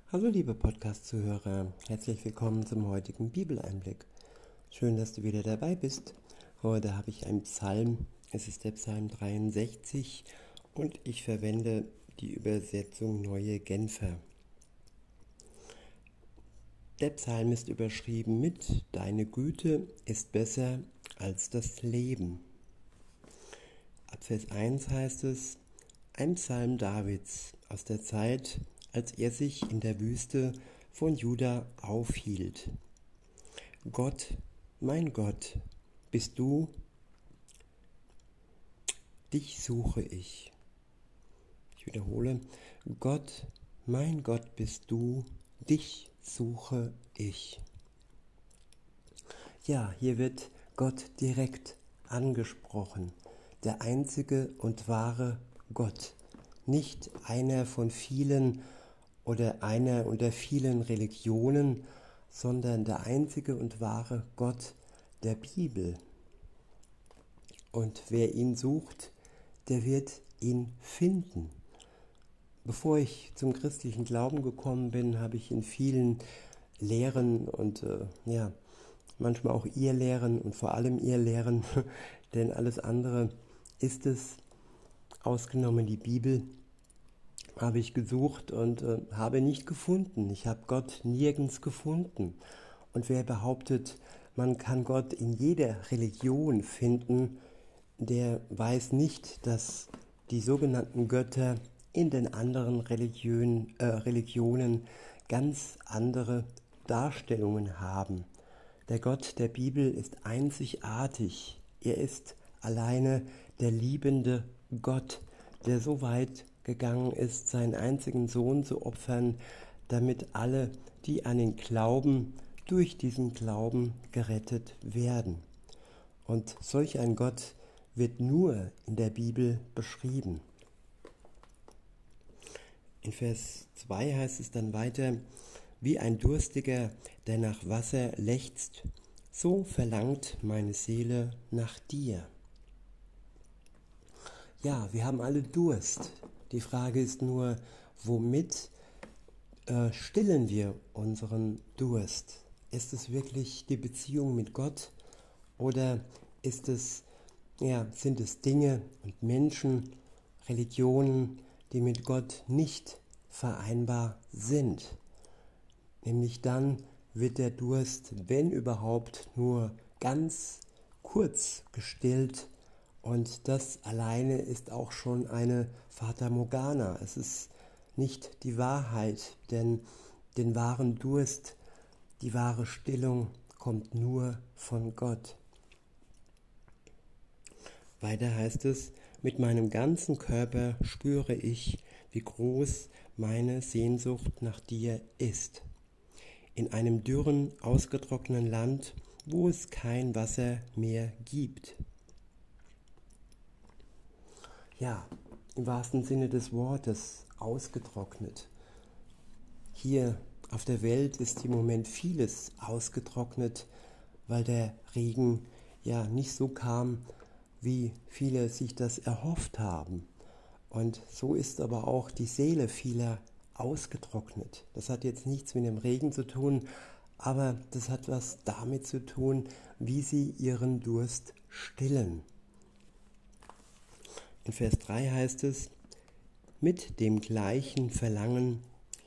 Hallo liebe Podcast-Zuhörer, herzlich willkommen zum heutigen Bibeleinblick. Schön, dass du wieder dabei bist. Heute habe ich einen Psalm, es ist der Psalm 63 und ich verwende die Übersetzung Neue Genfer. Der Psalm ist überschrieben mit Deine Güte ist besser als das Leben. Ab Vers 1 heißt es, ein Psalm Davids aus der Zeit, als er sich in der Wüste von Juda aufhielt. Gott, mein Gott, bist du, dich suche ich. Ich wiederhole, Gott, mein Gott bist du, dich suche ich. Ja, hier wird Gott direkt angesprochen, der einzige und wahre Gott, nicht einer von vielen oder einer unter vielen Religionen, sondern der einzige und wahre Gott der Bibel. Und wer ihn sucht, der wird ihn finden. Bevor ich zum christlichen Glauben gekommen bin, habe ich in vielen Lehren und manchmal auch Irrlehren und vor allem Irrlehren, denn alles andere ist es, ausgenommen die Bibel, habe ich gesucht und habe nicht gefunden. Ich habe Gott nirgends gefunden. Und wer behauptet, man kann Gott in jeder Religion finden, der weiß nicht, dass die sogenannten Götter in den anderen Religionen ganz andere Darstellungen haben. Der Gott der Bibel ist einzigartig. Er ist alleine der liebende Gott, der so weit gegangen ist, seinen einzigen Sohn zu opfern, damit alle, die an ihn glauben, durch diesen Glauben gerettet werden. Und solch ein Gott wird nur in der Bibel beschrieben. In Vers 2 heißt es dann weiter, wie ein Durstiger, der nach Wasser lechzt, so verlangt meine Seele nach dir. Ja, wir haben alle Durst. Die Frage ist nur, womit stillen wir unseren Durst? Ist es wirklich die Beziehung mit Gott oder sind es Dinge und Menschen, Religionen, die mit Gott nicht vereinbar sind? Nämlich dann wird der Durst, wenn überhaupt, nur ganz kurz gestillt. Und das alleine ist auch schon eine Fata Morgana. Es ist nicht die Wahrheit, denn den wahren Durst, die wahre Stillung kommt nur von Gott. Weiter heißt es, mit meinem ganzen Körper spüre ich, wie groß meine Sehnsucht nach dir ist. In einem dürren, ausgetrockneten Land, wo es kein Wasser mehr gibt. Ja, im wahrsten Sinne des Wortes ausgetrocknet. Hier auf der Welt ist im Moment vieles ausgetrocknet, weil der Regen ja nicht so kam, wie viele sich das erhofft haben. Und so ist aber auch die Seele vieler ausgetrocknet. Das hat jetzt nichts mit dem Regen zu tun, aber das hat was damit zu tun, wie sie ihren Durst stillen. In Vers 3 heißt es, mit dem gleichen Verlangen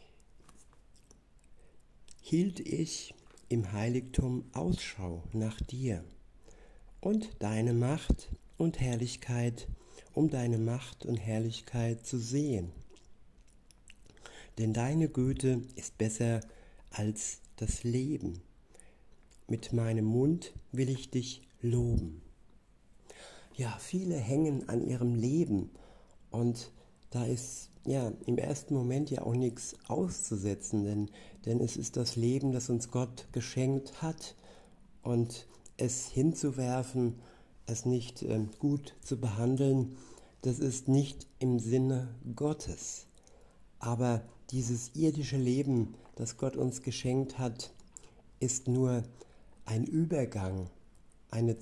hielt ich im Heiligtum Ausschau nach dir und deine Macht und Herrlichkeit, um deine Macht und Herrlichkeit zu sehen. Denn deine Güte ist besser als das Leben. Mit meinem Mund will ich dich loben. Ja, viele hängen an ihrem Leben und da ist im ersten Moment ja auch nichts auszusetzen, denn es ist das Leben, das uns Gott geschenkt hat, und es hinzuwerfen, es nicht gut zu behandeln, das ist nicht im Sinne Gottes. Aber dieses irdische Leben, das Gott uns geschenkt hat, ist nur ein Übergang, eine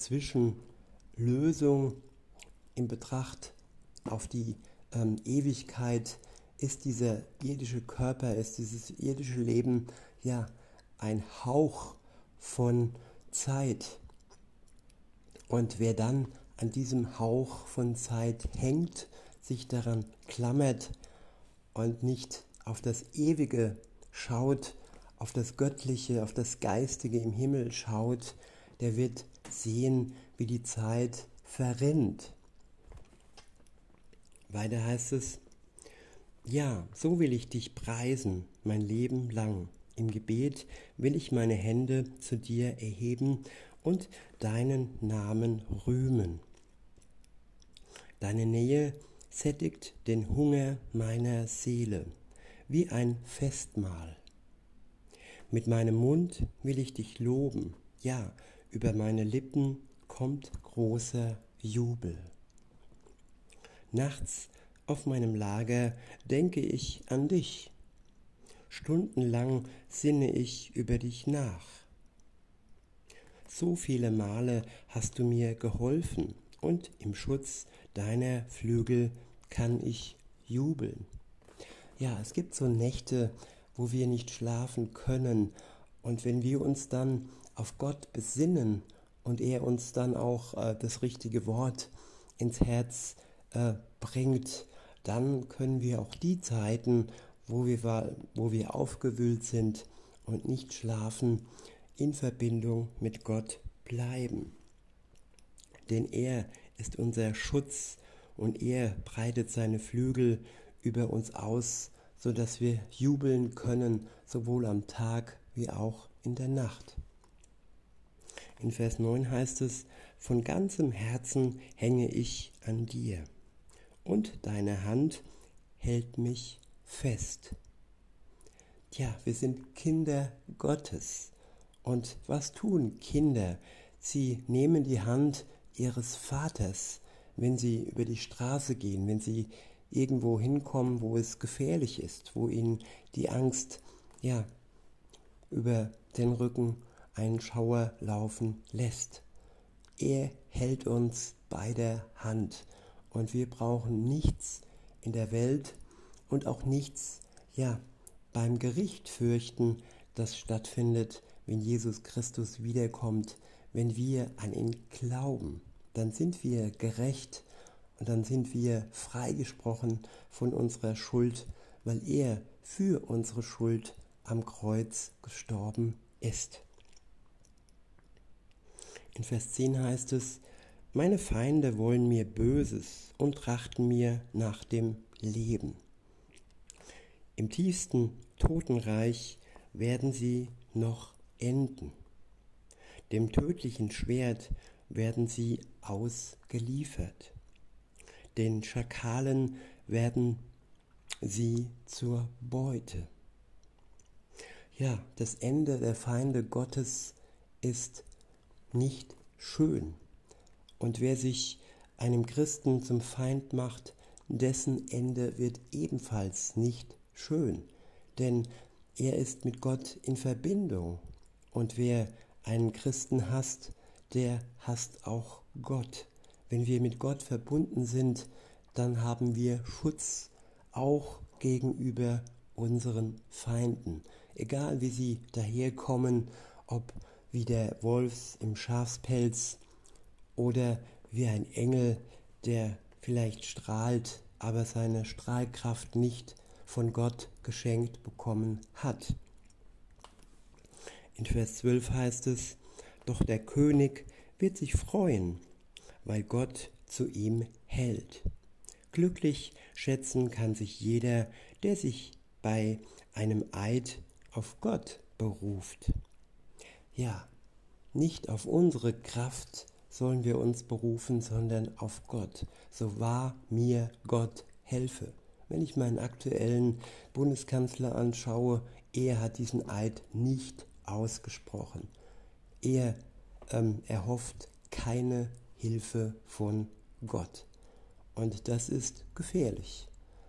Zwischenlösung in Betracht auf die Ewigkeit, ist dieser irdische Körper, ist dieses irdische Leben ja ein Hauch von Zeit. Und wer dann an diesem Hauch von Zeit hängt, sich daran klammert und nicht auf das Ewige schaut, auf das Göttliche, auf das Geistige im Himmel schaut, der wird sehen, wie die Zeit verrinnt. Weiter heißt es, ja, so will ich dich preisen, mein Leben lang. Im Gebet will ich meine Hände zu dir erheben und deinen Namen rühmen. Deine Nähe sättigt den Hunger meiner Seele, wie ein Festmahl. Mit meinem Mund will ich dich loben, ja, über meine Lippen kommt großer Jubel. Nachts auf meinem Lager denke ich an dich. Stundenlang sinne ich über dich nach. So viele Male hast du mir geholfen und im Schutz deiner Flügel kann ich jubeln. Ja, es gibt so Nächte, wo wir nicht schlafen können. Und wenn wir uns dann auf Gott besinnen und er uns dann auch das richtige Wort ins Herz bringt, dann können wir auch die Zeiten, wo wir aufgewühlt sind und nicht schlafen, in Verbindung mit Gott bleiben. Denn er ist unser Schutz und er breitet seine Flügel über uns aus, sodass wir jubeln können, sowohl am Tag wie auch in der Nacht. In Vers 9 heißt es, von ganzem Herzen hänge ich an dir und deine Hand hält mich fest. Tja, wir sind Kinder Gottes. Und was tun Kinder? Sie nehmen die Hand ihres Vaters, wenn sie über die Straße gehen, wenn sie irgendwo hinkommen, wo es gefährlich ist, wo ihnen die Angst über den Rücken einen Schauer laufen lässt. Er hält uns bei der Hand und wir brauchen nichts in der Welt und auch nichts beim Gericht fürchten, das stattfindet, wenn Jesus Christus wiederkommt. Wenn wir an ihn glauben, dann sind wir gerecht und dann sind wir freigesprochen von unserer Schuld, weil er für unsere Schuld am Kreuz gestorben ist. In Vers 10 heißt es, meine Feinde wollen mir Böses und trachten mir nach dem Leben. Im tiefsten Totenreich werden sie noch enden. Dem tödlichen Schwert werden sie ausgeliefert. Den Schakalen werden sie zur Beute. Ja, das Ende der Feinde Gottes ist nicht schön. Und wer sich einem Christen zum Feind macht, dessen Ende wird ebenfalls nicht schön. Denn er ist mit Gott in Verbindung. Und wer einen Christen hasst, der hasst auch Gott. Wenn wir mit Gott verbunden sind, dann haben wir Schutz auch gegenüber unseren Feinden. Egal wie sie daherkommen, ob wie der Wolf im Schafspelz oder wie ein Engel, der vielleicht strahlt, aber seine Strahlkraft nicht von Gott geschenkt bekommen hat. In Vers 12 heißt es, doch der König wird sich freuen, weil Gott zu ihm hält. Glücklich schätzen kann sich jeder, der sich bei einem Eid auf Gott beruft. Ja, nicht auf unsere Kraft sollen wir uns berufen, sondern auf Gott. So wahr mir Gott helfe. Wenn ich meinen aktuellen Bundeskanzler anschaue, er hat diesen Eid nicht ausgesprochen. Er erhofft keine Hilfe von Gott. Und das ist gefährlich.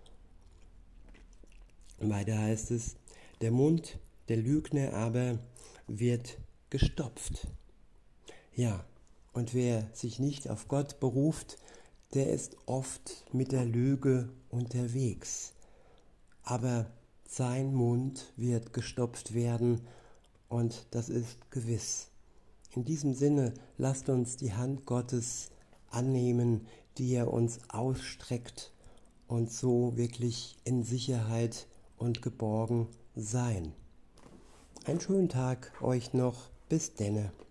Weiter heißt es, der Mund der Lügner aber wird gestopft. Ja, und wer sich nicht auf Gott beruft, der ist oft mit der Lüge unterwegs. aber sein Mund wird gestopft werden und das ist gewiss. In diesem Sinne, lasst uns die Hand Gottes annehmen, die er uns ausstreckt und so wirklich in Sicherheit und geborgen sein. Einen schönen Tag euch noch. Bis denne.